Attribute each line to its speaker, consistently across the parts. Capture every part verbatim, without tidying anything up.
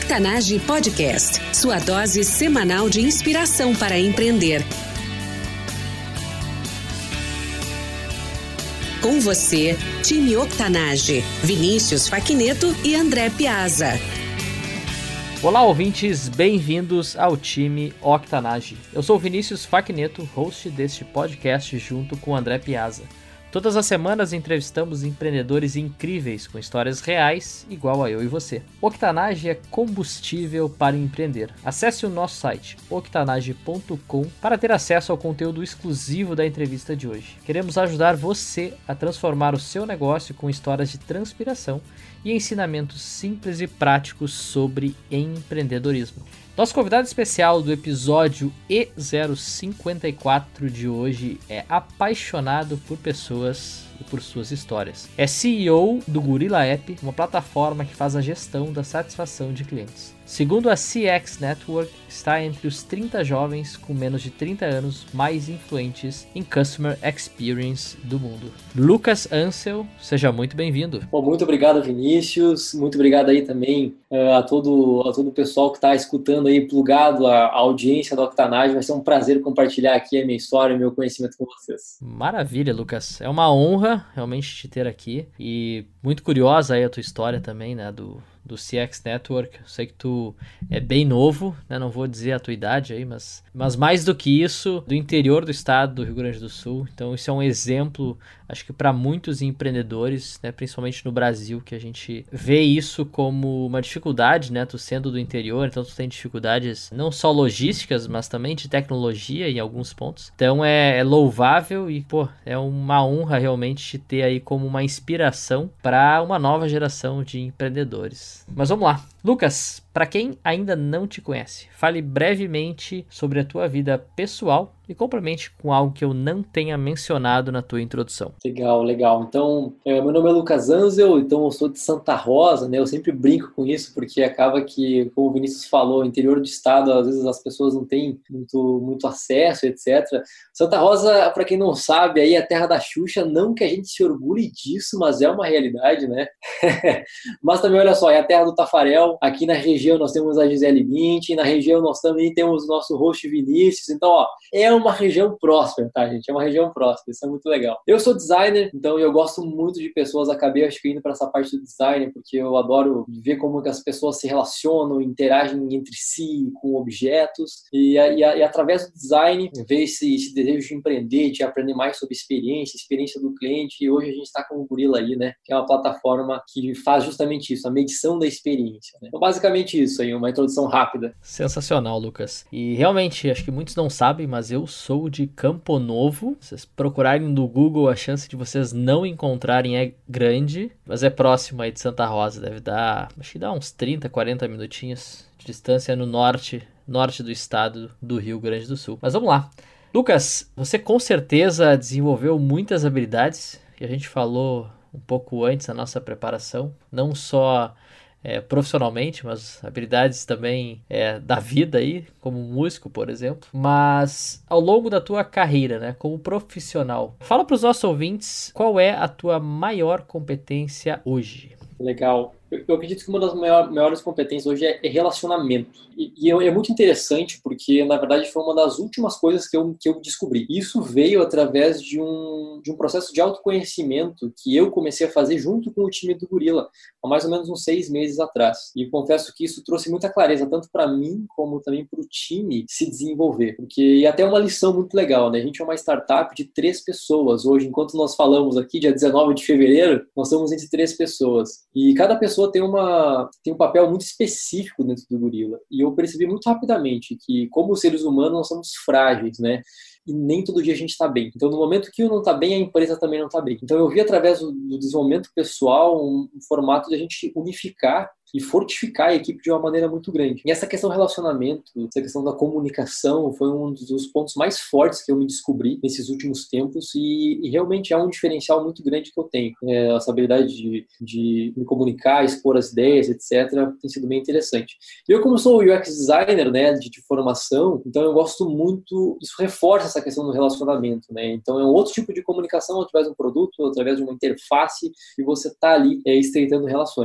Speaker 1: Octanage Podcast, sua dose semanal de inspiração para empreender. Com você, time Octanage, Vinícius Facchineto e André Piazza.
Speaker 2: Olá, ouvintes, bem-vindos ao time Octanage. Eu sou o Vinícius Facchineto, host deste podcast junto com o André Piazza. Todas as semanas entrevistamos empreendedores incríveis com histórias reais, igual a eu e você. Octanage é combustível para empreender. Acesse o nosso site, octanage ponto com, para ter acesso ao conteúdo exclusivo da entrevista de hoje. Queremos ajudar você a transformar o seu negócio com histórias de transpiração e ensinamentos simples e práticos sobre empreendedorismo. Nosso convidado especial do episódio E zero cinquenta e quatro de hoje é apaixonado por pessoas e por suas histórias. É C E O do Gorilla App, uma plataforma que faz a gestão da satisfação de clientes. Segundo a C X Network, está entre os trinta jovens com menos de trinta anos mais influentes em Customer Experience do mundo. Lucas Ansel, seja muito bem-vindo.
Speaker 3: Bom, muito obrigado, Vinícius. Muito obrigado aí também uh, a, todo, a todo o pessoal que está escutando aí, plugado à, à audiência da Octanage. Vai ser um prazer compartilhar aqui a minha história e o meu conhecimento com vocês.
Speaker 2: Maravilha, Lucas. É uma honra realmente te ter aqui e muito curiosa aí a tua história também, né, do... do C X Network. Eu sei que tu é bem novo, né? Não vou dizer a tua idade aí, mas, mas mais do que isso, do interior do estado do Rio Grande do Sul. Então isso é um exemplo, acho que para muitos empreendedores, né? Principalmente no Brasil, que a gente vê isso como uma dificuldade, né? Tu sendo do interior, então tu tem dificuldades não só logísticas, mas também de tecnologia em alguns pontos. Então é, é louvável e, pô, é uma honra realmente te ter aí como uma inspiração para uma nova geração de empreendedores. Mas vamos lá. Lucas, para quem ainda não te conhece, fale brevemente sobre a tua vida pessoal e complemente com algo que eu não tenha mencionado na tua introdução.
Speaker 3: Legal, legal. Então, é, meu nome é Lucas Ansel, então eu sou de Santa Rosa, né? Eu sempre brinco com isso, porque acaba que, como o Vinícius falou, interior do estado, às vezes as pessoas não têm muito, muito acesso, etcétera. Santa Rosa, para quem não sabe, aí é a terra da Xuxa, não que a gente se orgulhe disso, mas é uma realidade, né? Mas também, olha só, é a terra do Tafarel. Aqui na região nós temos a Gisele Bündchen, na região nós também temos o nosso host Vinícius. Então, ó, é uma região próspera, tá, gente? É uma região próspera, isso é muito legal. Eu sou designer, então eu gosto muito de pessoas. Acabei, acho que, indo para essa parte do design, porque eu adoro ver como que as pessoas se relacionam, interagem entre si, com objetos. E, e, e através do design, ver esse, esse desejo de empreender, de aprender mais sobre experiência, experiência do cliente. E hoje a gente está com o Gorilla aí, né? Que é uma plataforma que faz justamente isso, a medição da experiência, né? Então, basicamente isso aí, uma introdução rápida.
Speaker 2: Sensacional, Lucas. E realmente, acho que muitos não sabem, mas eu sou de Campo Novo. Se vocês procurarem no Google, a chance de vocês não encontrarem é grande, mas é próximo aí de Santa Rosa. Deve dar, acho que dá uns trinta, quarenta minutinhos de distância no norte, norte do estado do Rio Grande do Sul. Mas vamos lá. Lucas, você com certeza desenvolveu muitas habilidades, que a gente falou um pouco antes da nossa preparação, não só É, profissionalmente, mas habilidades também é, da vida aí, como músico, por exemplo. Mas ao longo da tua carreira, né, como profissional, fala para os nossos ouvintes qual é a tua maior competência hoje.
Speaker 3: Legal. Eu, eu acredito que uma das maior, maiores competências hoje é, é relacionamento. E, e é muito interessante porque, na verdade, foi uma das últimas coisas que eu, que eu descobri. Isso veio através de um, de um processo de autoconhecimento que eu comecei a fazer junto com o time do Gorilla, há mais ou menos uns seis meses atrás. E confesso que isso trouxe muita clareza, tanto para mim como também para o time se desenvolver. Porque, e até uma lição muito legal, né? A gente é uma startup de três pessoas. Hoje, enquanto nós falamos aqui, dia dezenove de fevereiro, nós estamos entre três pessoas. E cada pessoa tem, uma, tem um papel muito específico dentro do Gorilla. E eu percebi muito rapidamente que, como seres humanos, nós somos frágeis, né? E nem todo dia a gente está bem. Então, no momento que um não está bem, a empresa também não está bem. Então, eu vi através do, do desenvolvimento pessoal um, um formato de a gente unificar e fortificar a equipe de uma maneira muito grande. E essa questão do relacionamento, essa questão da comunicação foi um dos pontos mais fortes que eu me descobri nesses últimos tempos e, e realmente é um diferencial muito grande que eu tenho. É, essa habilidade de, de me comunicar, expor as ideias, etcétera, tem sido bem interessante. E eu, como sou U X designer, né, de, de formação, então eu gosto muito, isso reforça essa questão do relacionamento, né? Então é um outro tipo de comunicação através de um produto, através de uma interface, e você está ali é, estreitando relações.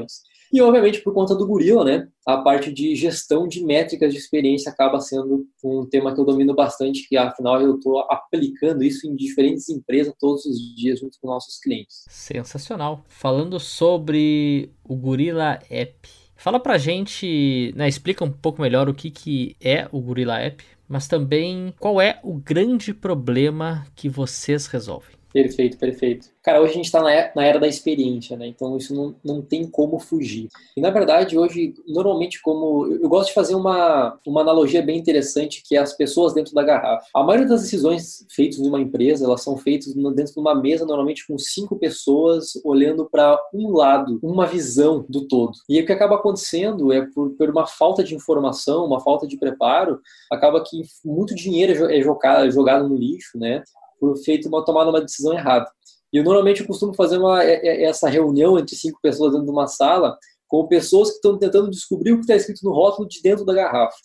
Speaker 3: E, obviamente, por conta do gorila, né, a parte de gestão de métricas de experiência acaba sendo um tema que eu domino bastante, que, afinal, eu estou aplicando isso em diferentes empresas todos os dias junto com nossos clientes.
Speaker 2: Sensacional. Falando sobre o Gorilla App, fala pra gente, né, explica um pouco melhor o que, que é o Gorilla App, mas também qual é o grande problema que vocês resolvem.
Speaker 3: Perfeito, perfeito. Cara, hoje a gente está na era da experiência, né? Então isso não, não tem como fugir. E na verdade, hoje, normalmente, como. Eu gosto de fazer uma, uma analogia bem interessante, que é as pessoas dentro da garrafa. A maioria das decisões feitas numa empresa, elas são feitas dentro de uma mesa, normalmente com cinco pessoas olhando para um lado, uma visão do todo. E o que acaba acontecendo é, por, por uma falta de informação, uma falta de preparo, acaba que muito dinheiro é jogado, é jogado no lixo, né? Por feito uma tomada uma decisão errada. E eu normalmente eu costumo fazer uma, essa reunião entre cinco pessoas dentro de uma sala com pessoas que estão tentando descobrir o que está escrito no rótulo de dentro da garrafa.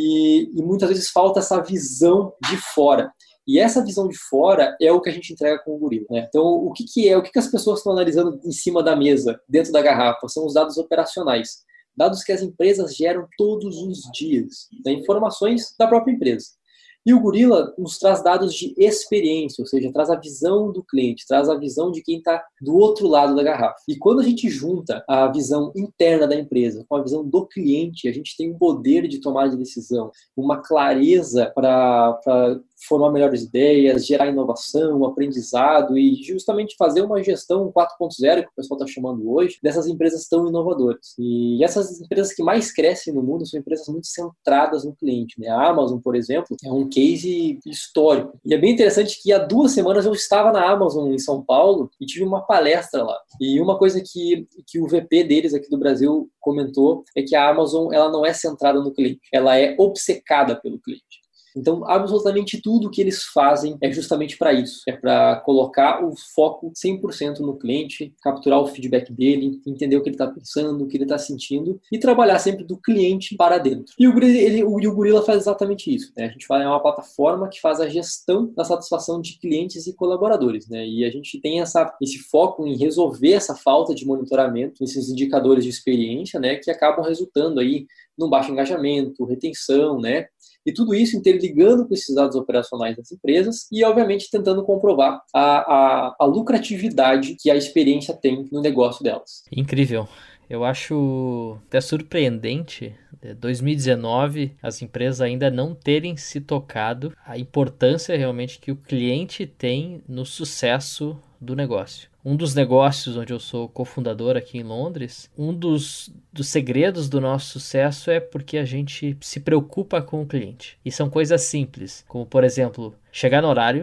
Speaker 3: E, e muitas vezes falta essa visão de fora. E essa visão de fora é o que a gente entrega com o gorila, né? Então, o que, que é? O que, que as pessoas estão analisando em cima da mesa, dentro da garrafa? São os dados operacionais. Dados que as empresas geram todos os dias. Né? Informações da própria empresa. E o gorila nos traz dados de experiência, ou seja, traz a visão do cliente, traz a visão de quem está do outro lado da garrafa. E quando a gente junta a visão interna da empresa com a visão do cliente, a gente tem um poder de tomar de decisão, uma clareza para formar melhores ideias, gerar inovação, aprendizado e justamente fazer uma gestão quatro ponto zero, que o pessoal está chamando hoje, dessas empresas tão inovadoras. E essas empresas que mais crescem no mundo são empresas muito centradas no cliente, né? A Amazon, por exemplo, é um case histórico. E é bem interessante que há duas semanas eu estava na Amazon em São Paulo e tive uma palestra lá. E uma coisa que, que o V P deles aqui do Brasil comentou é que a Amazon ela não é centrada no cliente, ela é obcecada pelo cliente. Então, absolutamente tudo que eles fazem é justamente para isso. É para colocar o foco cem por cento no cliente, capturar o feedback dele, entender o que ele está pensando, o que ele está sentindo e trabalhar sempre do cliente para dentro. E o Gorilla, ele, o, o Gorilla faz exatamente isso. Né? A gente fala, é uma plataforma que faz a gestão da satisfação de clientes e colaboradores. Né? E a gente tem essa, esse foco em resolver essa falta de monitoramento, esses indicadores de experiência, né, que acabam resultando aí num baixo engajamento, retenção, né? E tudo isso interligando com esses dados operacionais das empresas e, obviamente, tentando comprovar a, a, a lucratividade que a experiência tem no negócio delas.
Speaker 2: Incrível. Eu acho até surpreendente, dois mil e dezenove, as empresas ainda não terem se tocado a importância realmente que o cliente tem no sucesso do negócio. Um dos negócios onde eu sou cofundador aqui em Londres, um dos, dos segredos do nosso sucesso é porque a gente se preocupa com o cliente. E são coisas simples, como, por exemplo, chegar no horário,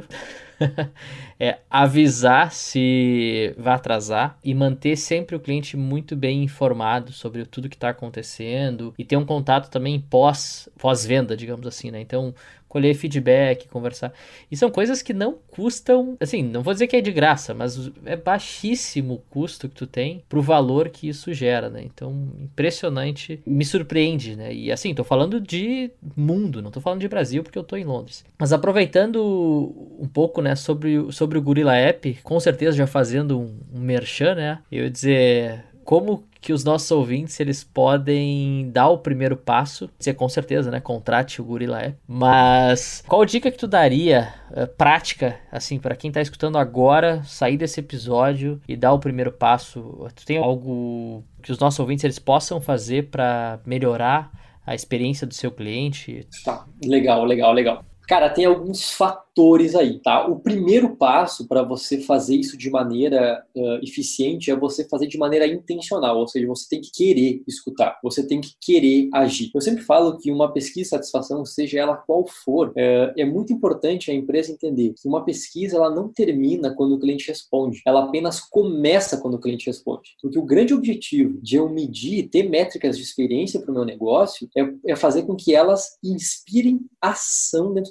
Speaker 2: é, avisar se vai atrasar e manter sempre o cliente muito bem informado sobre tudo que está acontecendo e ter um contato também pós, pós-venda, digamos assim, né? Então, colher feedback, conversar. E são coisas que não custam, assim, não vou dizer que é de graça, mas é baixíssimo o custo que tu tem pro valor que isso gera, né? Então, impressionante, me surpreende, né? E assim, tô falando de mundo, não tô falando de Brasil porque eu tô em Londres. Mas aproveitando um pouco, né, sobre, sobre o Gorilla App, com certeza já fazendo um, um merchan, né? Eu ia dizer, como que os nossos ouvintes, eles podem dar o primeiro passo, dizer, com certeza, né, contrate o Gorilla App, mas qual dica que tu daria, uh, prática, assim, para quem tá escutando agora, sair desse episódio e dar o primeiro passo? Tu tem algo que os nossos ouvintes, eles possam fazer para melhorar a experiência do seu cliente?
Speaker 3: Tá, legal, legal, legal. Cara, tem alguns fatores aí, tá? O primeiro passo para você fazer isso de maneira uh, eficiente é você fazer de maneira intencional, ou seja, você tem que querer escutar, você tem que querer agir. Eu sempre falo que uma pesquisa de satisfação, seja ela qual for, é, é muito importante a empresa entender que uma pesquisa ela não termina quando o cliente responde, ela apenas começa quando o cliente responde. Porque o grande objetivo de eu medir, ter métricas de experiência para o meu negócio é, é fazer com que elas inspirem ação dentro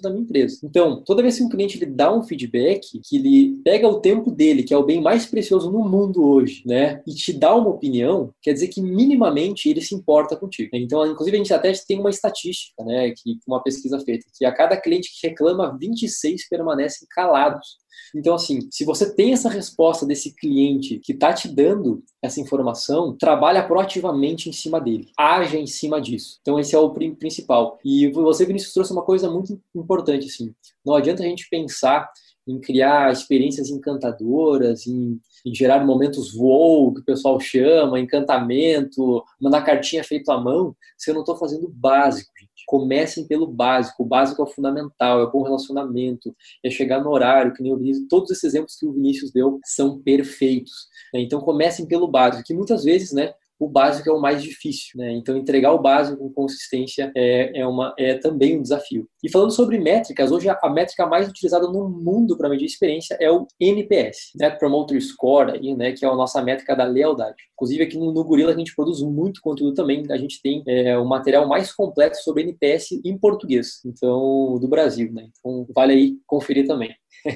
Speaker 3: da minha empresa. Então, toda vez que um cliente ele dá um feedback, que ele pega o tempo dele, que é o bem mais precioso no mundo hoje, né, e te dá uma opinião, quer dizer que minimamente ele se importa contigo. Então, inclusive, a gente até tem uma estatística, né, que uma pesquisa feita, que a cada cliente que reclama, vinte e seis permanecem calados. Então, assim, se você tem essa resposta desse cliente que está te dando essa informação, trabalha proativamente em cima dele. Haja em cima disso. Então, esse é o principal. E você, Vinícius, trouxe uma coisa muito importante, assim. Não adianta a gente pensar em criar experiências encantadoras, em, em gerar momentos wow, que o pessoal chama, encantamento, mandar cartinha feita à mão, se eu não estou fazendo o básico, gente. Comecem pelo básico. O básico é o fundamental, é o bom relacionamento, é chegar no horário, que nem o Vinícius. Todos esses exemplos que o Vinícius deu são perfeitos. Né? Então, comecem pelo básico, que muitas vezes, né, o básico é o mais difícil, né? Então, entregar o básico com consistência é, é, uma, é também um desafio. E falando sobre métricas, hoje a, a métrica mais utilizada no mundo para medir experiência é o N P S, Net Promoter Score, aí, né, que é a nossa métrica da lealdade. Inclusive, aqui no, no Gorilla a gente produz muito conteúdo também. A gente tem é, o material mais completo sobre N P S em português, então, do Brasil, né? Então, vale aí conferir também.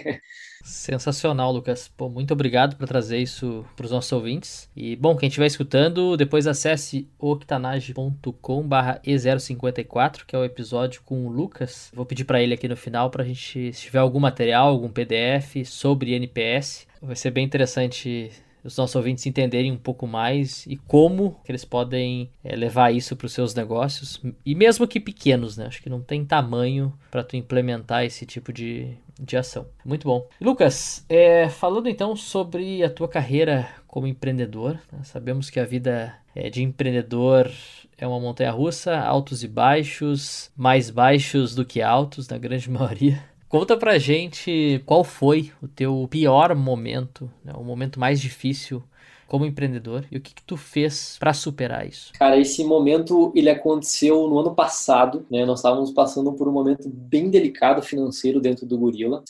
Speaker 2: Sensacional, Lucas. Pô, muito obrigado por trazer isso para os nossos ouvintes. E, bom, quem estiver escutando, depois acesse octanage ponto com barra E zero cinquenta e quatro, que é o episódio com o Lucas. Vou pedir para ele aqui no final para a gente, se tiver algum material, algum P D F sobre N P S. Vai ser bem interessante os nossos ouvintes entenderem um pouco mais e como que eles podem é, levar isso para os seus negócios, e mesmo que pequenos, né? Acho que não tem tamanho para tu implementar esse tipo de, de ação. Muito bom. Lucas, é, falando então sobre a tua carreira como empreendedor, né? Sabemos que a vida é, de empreendedor é uma montanha-russa, altos e baixos, mais baixos do que altos, na grande maioria. Conta pra gente qual foi o teu pior momento, né, o momento mais difícil como empreendedor, e o que que tu fez para superar isso?
Speaker 3: Cara, esse momento ele aconteceu no ano passado, né? Nós estávamos passando por um momento bem delicado financeiro dentro do Gorilla.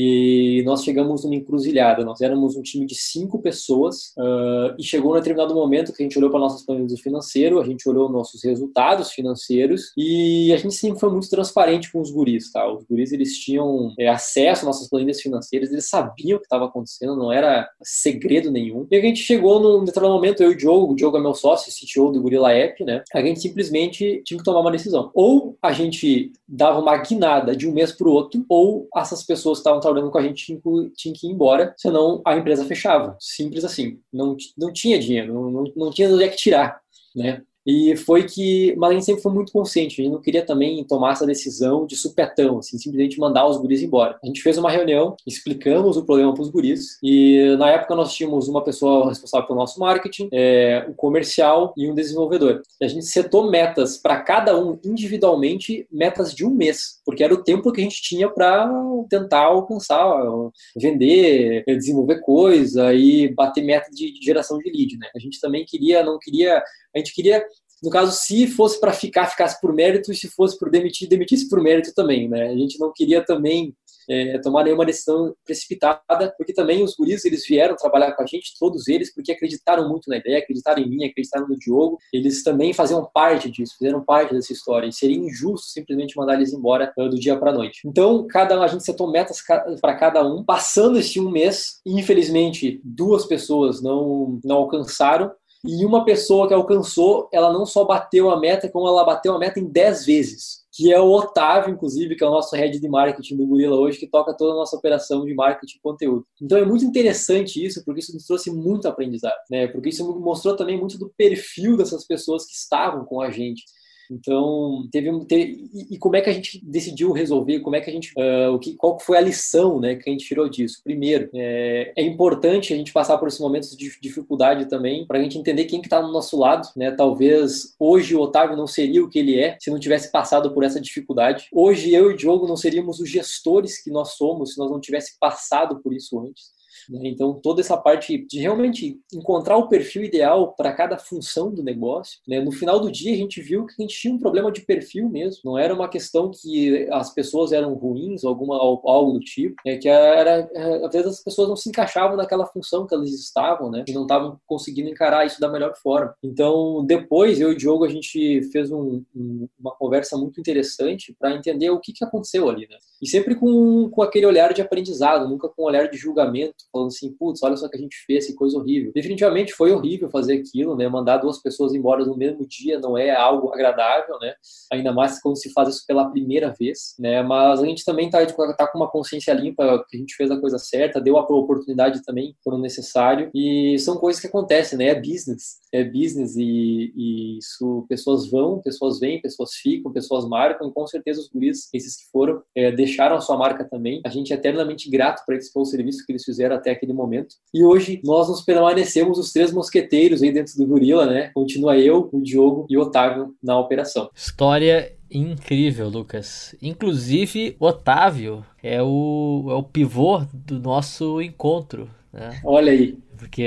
Speaker 3: E nós chegamos numa encruzilhada. Nós éramos um time de cinco pessoas uh, e chegou num determinado momento que a gente olhou para nossas planilhas financeiras, a gente olhou nossos resultados financeiros e a gente sempre foi muito transparente com os guris, tá? Os guris, eles tinham é, acesso às nossas planilhas financeiras, eles sabiam o que estava acontecendo, não era segredo nenhum. E a gente chegou num determinado momento, eu e o Diogo, o Diogo é meu sócio, C T O do Gorilla App, né? A gente simplesmente tinha que tomar uma decisão. Ou a gente dava uma guinada de um mês para o outro, ou essas pessoas que estavam trabalhando com a gente tinham que ir embora, senão a empresa fechava. Simples assim. Não, não tinha dinheiro, não, não, não tinha onde é que tirar, né? E foi que, mas a gente sempre foi muito consciente, a gente não queria também tomar essa decisão de supetão, assim, simplesmente mandar os guris embora. A gente fez uma reunião, explicamos o problema para os guris, e na época nós tínhamos uma pessoa responsável pelo nosso marketing, é, um comercial e um desenvolvedor. E a gente setou metas para cada um individualmente, metas de um mês, porque era o tempo que a gente tinha para tentar alcançar, vender, desenvolver coisa e bater meta de geração de lead, né? A gente também queria, não queria, a gente queria no caso, se fosse para ficar, ficasse por mérito, e se fosse por demitir, demitisse por mérito também, né? A gente não queria também é, tomar nenhuma decisão precipitada, porque também os guris, eles vieram trabalhar com a gente, todos eles, porque acreditaram muito na ideia, acreditaram em mim, acreditaram no Diogo, eles também faziam parte disso, fizeram parte dessa história, e seria injusto simplesmente mandar eles embora do dia para a noite. Então, cada, a gente setou metas para cada um, passando esse um mês, e infelizmente duas pessoas não, não alcançaram, e uma pessoa que alcançou, ela não só bateu a meta, como ela bateu a meta em dez vezes. Que é o Otávio, inclusive, que é o nosso head de marketing do Gorilla hoje, que toca toda a nossa operação de marketing e conteúdo. Então é muito interessante isso, porque isso nos trouxe muito aprendizado, né? Porque isso mostrou também muito do perfil dessas pessoas que estavam com a gente. Então, teve, teve e, e como é que a gente decidiu resolver, como é que a gente, uh, o que, qual foi a lição, né, que a gente tirou disso? Primeiro, é, é importante a gente passar por esses momentos de dificuldade também, para a gente entender quem que está no nosso lado, né? Talvez hoje o Otávio não seria o que ele é, se não tivesse passado por essa dificuldade. Hoje eu e o Diogo não seríamos os gestores que nós somos, se nós não tivéssemos passado por isso antes. né? Então, toda essa parte de realmente encontrar o perfil ideal para cada função do negócio, né? No final do dia, a gente viu que a gente tinha um problema de perfil mesmo. Não era uma questão que as pessoas eram ruins ou alguma, algo do tipo, né? Que era, às vezes as pessoas não se encaixavam naquela função que elas estavam, né? E não estavam conseguindo encarar isso da melhor forma. Então, depois, eu e o Diogo, a gente fez um, um, uma conversa muito interessante para entender o que, que aconteceu ali, né? E sempre com, com aquele olhar de aprendizado, nunca com um olhar de julgamento, falando assim, putz, olha só o que a gente fez, que coisa horrível. Definitivamente foi horrível fazer aquilo, né? Mandar duas pessoas embora no mesmo dia não é algo agradável, né? Ainda mais quando se faz isso pela primeira vez, né? Mas a gente também tá, tá com uma consciência limpa, que a gente fez a coisa certa, deu a oportunidade também quando necessário, e são coisas que acontecem, né? É business, é business e, e isso, pessoas vão, pessoas vêm, pessoas ficam, pessoas marcam, e com certeza os guris, esses que foram, é, deixaram a sua marca também. A gente é eternamente grato para eles pelo serviço que eles fizeram até aquele momento. E hoje nós nos permanecemos os três mosqueteiros aí dentro do Gorila, né? Continua eu, o Diogo e o Otávio na operação.
Speaker 2: História incrível, Lucas. Inclusive, Otávio é o, é o pivô do nosso encontro, né?
Speaker 3: Olha aí.
Speaker 2: Porque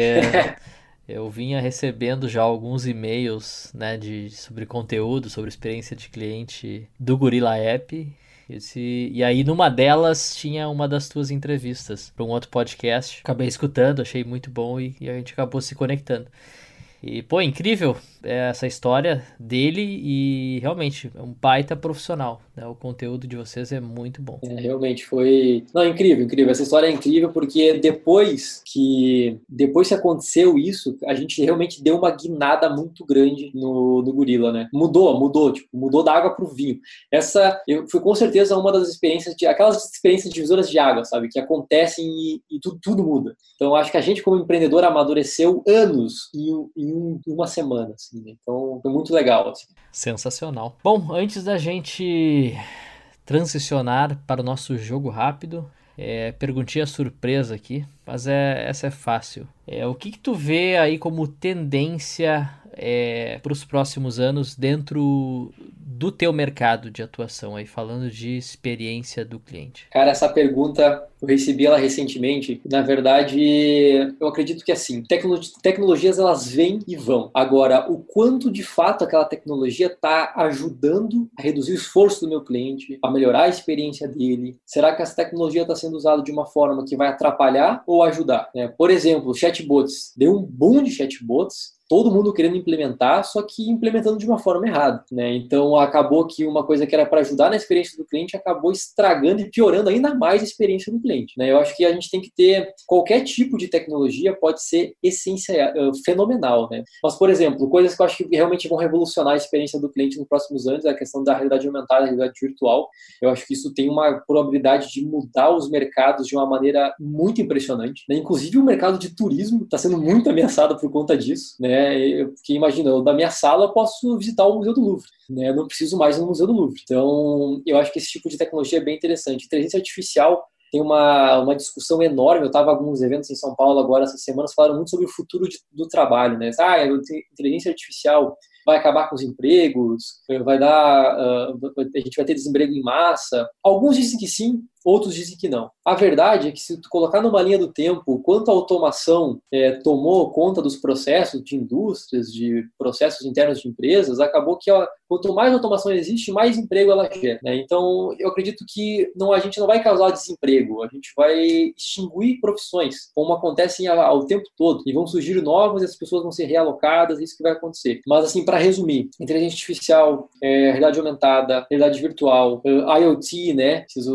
Speaker 2: eu vinha recebendo já alguns e-mails, né, de, sobre conteúdo, sobre experiência de cliente do Gorila App. Esse, e aí numa delas tinha uma das tuas entrevistas para um outro podcast. Acabei escutando, achei muito bom e, e a gente acabou se conectando. E, pô, incrível essa história dele e realmente é um baita profissional, né? O conteúdo de vocês é muito bom.
Speaker 3: É, realmente foi... Não, incrível, incrível. Essa história é incrível porque depois que, depois que aconteceu isso, a gente realmente deu uma guinada muito grande no, no Gorila, né? Mudou, mudou, tipo, mudou da água pro vinho. Essa eu, foi com certeza uma das experiências, de, aquelas experiências divisoras de água, sabe? Que acontecem e, e tudo, tudo muda. Então, acho que a gente como empreendedor amadureceu anos em, em uma semana, assim, né? Então foi muito legal, assim.
Speaker 2: Sensacional. Bom, antes da gente transicionar para o nosso jogo rápido, é, perguntinha surpresa aqui, mas é, essa é fácil. É, o que que tu vê aí como tendência é, para os próximos anos dentro do teu mercado de atuação, aí falando de experiência do cliente?
Speaker 3: Cara, essa pergunta eu recebi ela recentemente. Na verdade, eu acredito que assim, tecno- tecnologias elas vêm e vão. Agora, o quanto de fato aquela tecnologia está ajudando a reduzir o esforço do meu cliente, a melhorar a experiência dele? Será que essa tecnologia está sendo usada de uma forma que vai atrapalhar ou ajudar, né? Por exemplo, chatbots. Deu um boom de chatbots. Todo mundo querendo implementar, só que implementando de uma forma errada, né? Então acabou que uma coisa que era para ajudar na experiência do cliente acabou estragando e piorando ainda mais a experiência do cliente, né? Eu acho que a gente tem que ter qualquer tipo de tecnologia pode ser essencial, fenomenal, né? Mas, por exemplo, coisas que eu acho que realmente vão revolucionar a experiência do cliente nos próximos anos é a questão da realidade aumentada, da realidade virtual. Eu acho que isso tem uma probabilidade de mudar os mercados de uma maneira muito impressionante, né? Inclusive o mercado de turismo está sendo muito ameaçado por conta disso, né? Porque imagina, eu, da minha sala eu posso visitar o Museu do Louvre, né? Eu não preciso mais no Museu do Louvre. Então, eu acho que esse tipo de tecnologia é bem interessante. Inteligência artificial tem uma, uma discussão enorme. Eu estava em alguns eventos em São Paulo agora, essas semanas, falaram muito sobre o futuro de, do trabalho, né? Ah, a inteligência artificial vai acabar com os empregos, vai dar, uh, a gente vai ter desemprego em massa. Alguns dizem que sim, outros dizem que não. A verdade é que se tu colocar numa linha do tempo quanto a automação é, tomou conta dos processos de indústrias, de processos internos de empresas, acabou que ó, quanto mais automação existe, mais emprego ela gera, né? Então, eu acredito que não, a gente não vai causar desemprego, a gente vai extinguir profissões, como acontece ao, ao tempo todo, e vão surgir novas e as pessoas vão ser realocadas, é isso que vai acontecer. Mas, assim, para resumir, inteligência artificial, é, realidade aumentada, realidade virtual, uh, IoT, né? Esses,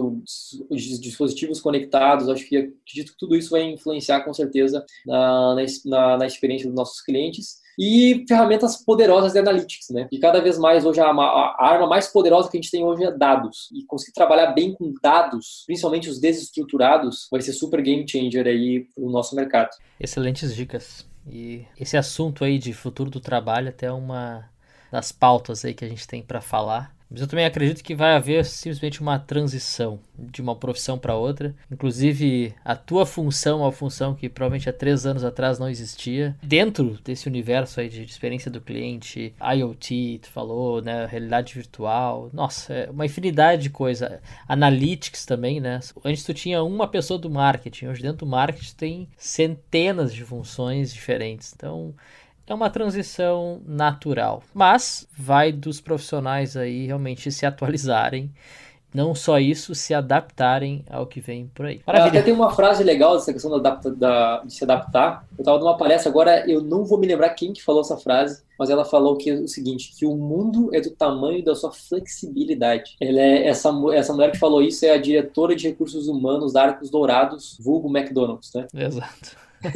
Speaker 3: os dispositivos conectados, acho que acredito que tudo isso vai influenciar com certeza na, na, na experiência dos nossos clientes. E ferramentas poderosas de analytics, né? E cada vez mais hoje a, a arma mais poderosa que a gente tem hoje é dados. E conseguir trabalhar bem com dados, principalmente os desestruturados, vai ser super game changer aí no nosso mercado.
Speaker 2: Excelentes dicas. E esse assunto aí de futuro do trabalho até é uma das pautas aí que a gente tem para falar. Mas eu também acredito que vai haver simplesmente uma transição de uma profissão para outra. Inclusive, a tua função é uma função que provavelmente há três anos atrás não existia. Dentro desse universo aí de experiência do cliente, IoT, tu falou, né? Realidade virtual. Nossa, é uma infinidade de coisa. Analytics também, né? Antes tu tinha uma pessoa do marketing. Hoje dentro do marketing tem centenas de funções diferentes. Então, é uma transição natural, mas vai dos profissionais aí realmente se atualizarem, não só isso, se adaptarem ao que vem por aí.
Speaker 3: Maravilha. Até tem uma frase legal dessa questão da, da, de se adaptar. Eu estava numa palestra agora, eu não vou me lembrar quem que falou essa frase, mas ela falou que é o seguinte, que o mundo é do tamanho da sua flexibilidade. Ela é, essa, essa mulher que falou isso é a diretora de recursos humanos da Arcos Dourados, vulgo McDonald's, né?
Speaker 2: Exato.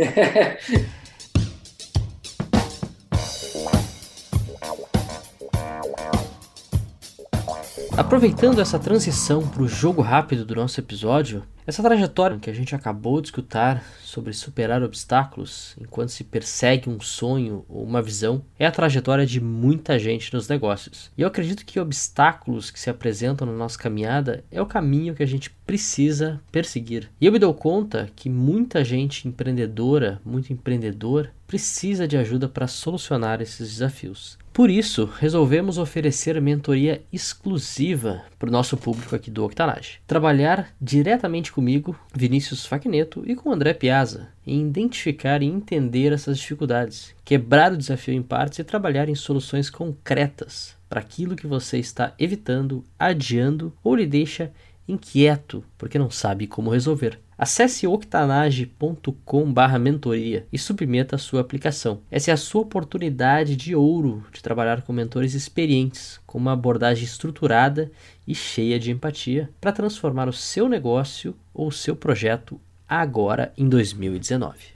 Speaker 2: Aproveitando essa transição para o jogo rápido do nosso episódio, essa trajetória que a gente acabou de escutar sobre superar obstáculos enquanto se persegue um sonho ou uma visão é a trajetória de muita gente nos negócios. E eu acredito que obstáculos que se apresentam na nossa caminhada é o caminho que a gente precisa perseguir. E eu me dou conta que muita gente empreendedora, muito empreendedor, precisa de ajuda para solucionar esses desafios. Por isso, resolvemos oferecer mentoria exclusiva para o nosso público aqui do Octanage. Trabalhar diretamente comigo, Vinícius Facchineto, e com André Piazza, em identificar e entender essas dificuldades, quebrar o desafio em partes e trabalhar em soluções concretas para aquilo que você está evitando, adiando ou lhe deixa inquieto porque não sabe como resolver. Acesse octanage ponto com barra mentoria e submeta a sua aplicação. Essa é a sua oportunidade de ouro de trabalhar com mentores experientes, com uma abordagem estruturada e cheia de empatia para transformar o seu negócio ou o seu projeto agora em dois mil e dezenove.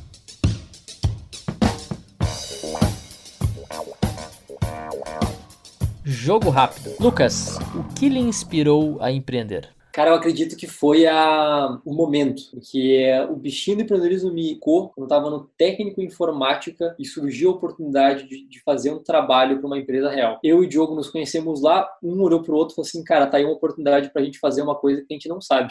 Speaker 2: Jogo rápido. Lucas, o que lhe inspirou a empreender?
Speaker 3: Cara, eu acredito que foi a, o momento, que é, o bichinho do empreendedorismo me picou quando eu estava no técnico em informática e surgiu a oportunidade de, de fazer um trabalho para uma empresa real. Eu e o Diogo nos conhecemos lá, um olhou para o outro e falou assim, cara, tá aí uma oportunidade para a gente fazer uma coisa que a gente não sabe,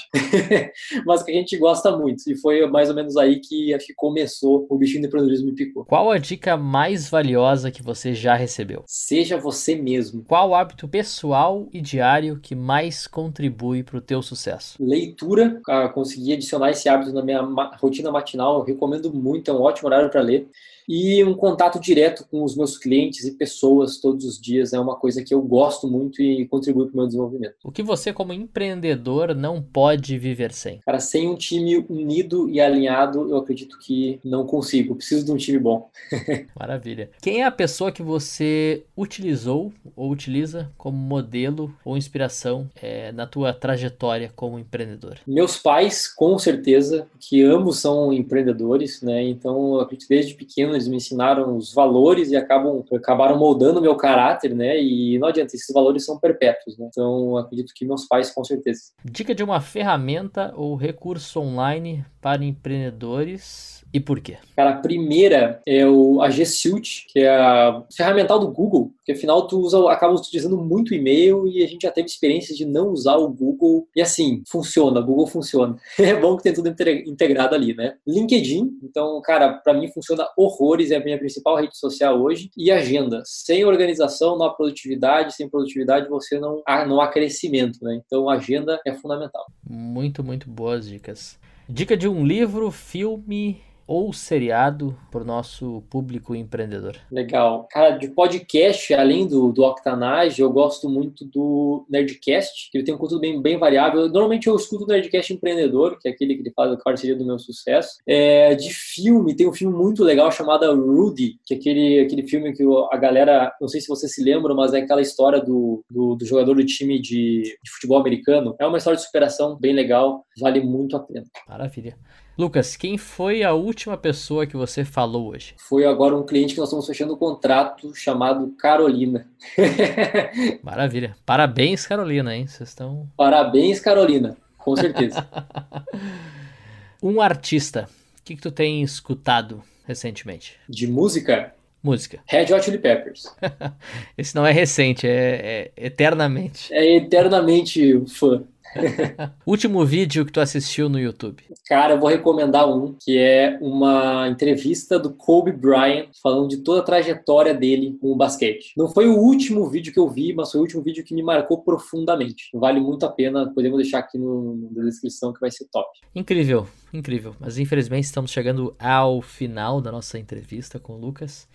Speaker 3: mas que a gente gosta muito. E foi mais ou menos aí que acho que começou o bichinho do empreendedorismo me picou.
Speaker 2: Qual a dica mais valiosa que você já recebeu?
Speaker 3: Seja você mesmo.
Speaker 2: Qual o hábito pessoal e diário que mais contribui para o teu sucesso?
Speaker 3: Leitura, ah, consegui adicionar esse hábito na minha ma- rotina matinal, eu recomendo muito, é um ótimo horário para ler. E um contato direto com os meus clientes e pessoas todos os dias é uma coisa que eu gosto muito e contribui para o meu desenvolvimento.
Speaker 2: O que você, como empreendedor, não pode viver sem?
Speaker 3: Cara, sem um time unido e alinhado, eu acredito que não consigo. Eu preciso de um time bom.
Speaker 2: Maravilha. Quem é a pessoa que você utilizou ou utiliza como modelo ou inspiração é, na tua trajetória como empreendedor?
Speaker 3: Meus pais, com certeza, que ambos são empreendedores, né? Então, eu acredito que desde pequeno eles me ensinaram os valores e acabam, acabaram moldando o meu caráter, né? E não adianta, esses valores são perpétuos, né? Então, eu acredito que meus pais, com certeza.
Speaker 2: Dica de uma ferramenta ou recurso online para empreendedores e por quê?
Speaker 3: Cara, a primeira é o, a G Suite, que é a ferramental do Google, que afinal tu usa, acaba utilizando muito e-mail e a gente já teve experiências de não usar o Google e assim, funciona, o Google funciona. É bom que tem tudo integrado ali, né? LinkedIn, então, cara, pra mim funciona horrores, é a minha principal rede social hoje. E agenda. Sem organização, não há produtividade, sem produtividade você não há, não há crescimento, né? Então, agenda é fundamental.
Speaker 2: Muito, muito boas dicas. Dica de um livro, filme ou seriado para o nosso público empreendedor?
Speaker 3: Legal. Cara, de podcast, além do, do Octanage, eu gosto muito do Nerdcast, que ele tem um conteúdo bem, bem variável. Normalmente eu escuto o Nerdcast Empreendedor, que é aquele que ele faz a parceria do meu sucesso. É, de filme, tem um filme muito legal chamado Rudy, que é aquele, aquele filme que a galera, não sei se você se lembra, mas é aquela história do, do, do jogador do time de, de futebol americano. É uma história de superação bem legal, vale muito a pena.
Speaker 2: Maravilha. Lucas, quem foi a última pessoa que você falou hoje?
Speaker 3: Foi agora um cliente que nós estamos fechando um contrato chamado Carolina.
Speaker 2: Maravilha. Parabéns, Carolina, hein? Vocês estão...
Speaker 3: Parabéns, Carolina. Com certeza.
Speaker 2: Um artista. O que, que tu tem escutado recentemente?
Speaker 3: De música?
Speaker 2: Música.
Speaker 3: Red Hot Chili Peppers.
Speaker 2: Esse não é recente, é, é eternamente.
Speaker 3: É eternamente fã.
Speaker 2: Último vídeo que tu assistiu no YouTube?
Speaker 3: Cara, eu vou recomendar um, que é uma entrevista do Kobe Bryant, falando de toda a trajetória dele com o basquete. Não foi o último vídeo que eu vi, mas foi o último vídeo que me marcou profundamente. Vale muito a pena, podemos deixar aqui no, na descrição que vai ser top.
Speaker 2: Incrível, incrível. Mas infelizmente estamos chegando ao final da nossa entrevista com o Lucas.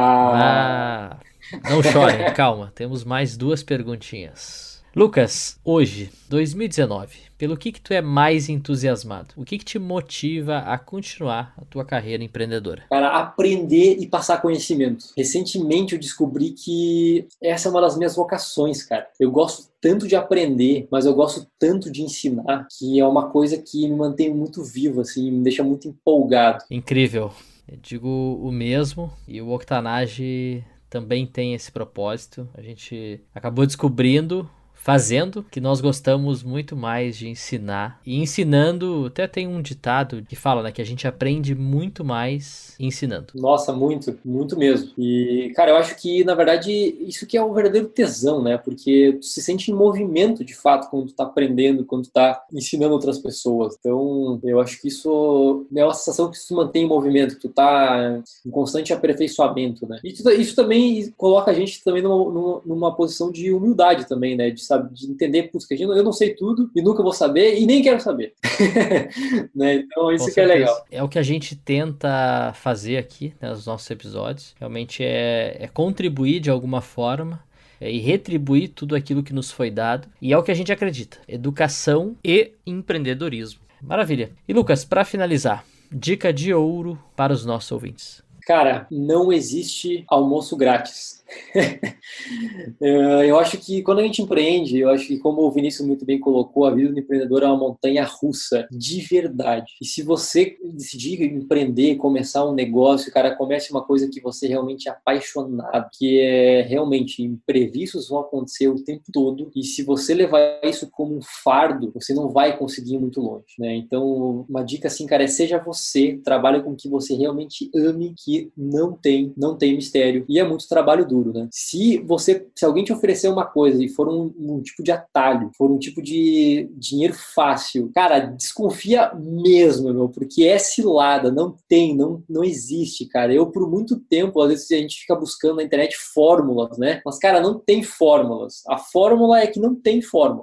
Speaker 3: Ah...
Speaker 2: ah não chorem, calma, temos mais duas perguntinhas. Lucas, hoje, dois mil e dezenove, pelo que que tu é mais entusiasmado? O que que te motiva a continuar a tua carreira empreendedora?
Speaker 3: Cara, aprender e passar conhecimento. Recentemente eu descobri que essa é uma das minhas vocações, cara. Eu gosto tanto de aprender, mas eu gosto tanto de ensinar, que é uma coisa que me mantém muito vivo, assim, me deixa muito empolgado.
Speaker 2: Incrível. Eu digo o mesmo, e o Octanage também tem esse propósito. A gente acabou descobrindo, fazendo, que nós gostamos muito mais de ensinar. E ensinando, até tem um ditado que fala, né, que a gente aprende muito mais ensinando.
Speaker 3: Nossa, muito, muito mesmo. E, cara, eu acho que, na verdade, isso que é o verdadeiro tesão, né? Porque tu se sente em movimento, de fato, quando tu tá aprendendo, quando tu tá ensinando outras pessoas. Então, eu acho que isso é uma sensação que tu se mantém em movimento, que tu tá em constante aperfeiçoamento, né? E isso, isso também coloca a gente também numa, numa, numa posição de humildade também, né? De sabe, de entender, putz, que eu não sei tudo e nunca vou saber e nem quero saber. Né? Então isso que é legal.
Speaker 2: É o que a gente tenta fazer aqui, né, nos nossos episódios. Realmente é, é contribuir de alguma forma é, e retribuir tudo aquilo que nos foi dado. E é o que a gente acredita. Educação e empreendedorismo. Maravilha. E Lucas, para finalizar, dica de ouro para os nossos ouvintes.
Speaker 3: Cara, não existe almoço grátis. Eu acho que quando a gente empreende, eu acho que como o Vinícius muito bem colocou, a vida do empreendedor é uma montanha russa, de verdade. E se você decidir empreender, começar um negócio, cara, comece uma coisa que você realmente é apaixonado, que é realmente imprevistos vão acontecer o tempo todo, e se você levar isso como um fardo, você não vai conseguir ir muito longe, né? Então, uma dica assim, cara, é seja você, trabalhe com o que você realmente ame, que não tem, não tem mistério, e é muito trabalho duro. Né? Se você, se alguém te oferecer uma coisa e for um, um tipo de atalho, for um tipo de dinheiro fácil, cara, desconfia mesmo, meu, porque é cilada, não tem, não, não existe, cara. Eu, por muito tempo, às vezes a gente fica buscando na internet fórmulas, né? Mas, cara, não tem fórmulas. A fórmula é que não tem fórmula.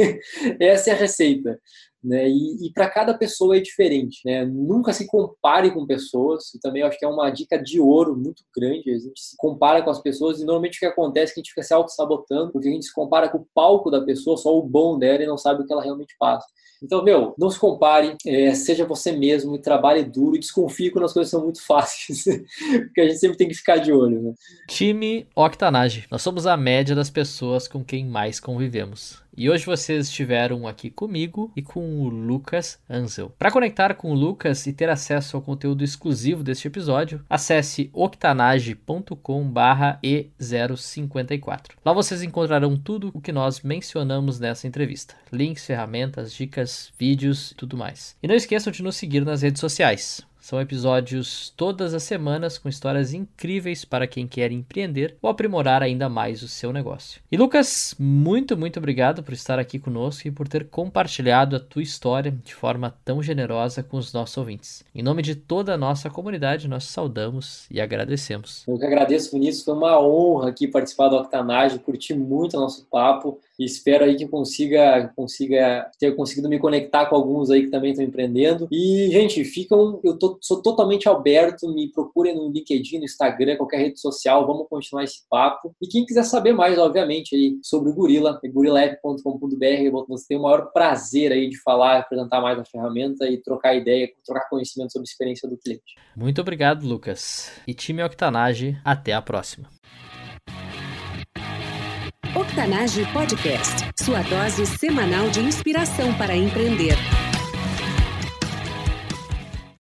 Speaker 3: Essa é a receita. Né? E, e para cada pessoa é diferente, né? Nunca se compare com pessoas, e também acho que é uma dica de ouro muito grande. A gente se compara com as pessoas e normalmente o que acontece é que a gente fica se auto-sabotando, porque a gente se compara com o palco da pessoa, só o bom dela, e não sabe o que ela realmente passa. Então, meu, não se compare, é, seja você mesmo e trabalhe duro e desconfie quando as coisas são muito fáceis, porque a gente sempre tem que ficar de olho, né?
Speaker 2: Time Octanage. Nós somos a média das pessoas com quem mais convivemos. E hoje vocês estiveram aqui comigo e com o Lucas Ansel. Para conectar com o Lucas e ter acesso ao conteúdo exclusivo deste episódio, acesse octanage ponto com barra e zero cinquenta e quatro. Lá vocês encontrarão tudo o que nós mencionamos nessa entrevista. Links, ferramentas, dicas, vídeos e tudo mais. E não esqueçam de nos seguir nas redes sociais. São episódios todas as semanas com histórias incríveis para quem quer empreender ou aprimorar ainda mais o seu negócio. E Lucas, muito, muito obrigado por estar aqui conosco e por ter compartilhado a tua história de forma tão generosa com os nossos ouvintes. Em nome de toda a nossa comunidade, nós saudamos e agradecemos.
Speaker 3: Eu que agradeço, Vinícius. Foi uma honra aqui participar do Octanage, curti muito o nosso papo e espero aí que eu consiga, consiga ter conseguido me conectar com alguns aí que também estão empreendendo. E, gente, ficam, eu tô sou totalmente aberto, me procurem no LinkedIn, no Instagram, qualquer rede social, vamos continuar esse papo. E quem quiser saber mais, obviamente, aí, sobre o Gorilla, é gorilla app ponto com ponto b r, você tem o maior prazer aí de falar, apresentar mais a ferramenta e trocar ideia, trocar conhecimento sobre a experiência do cliente.
Speaker 2: Muito obrigado, Lucas. E time Octanage, até a próxima.
Speaker 1: Octanage Podcast, sua dose semanal de inspiração para empreender.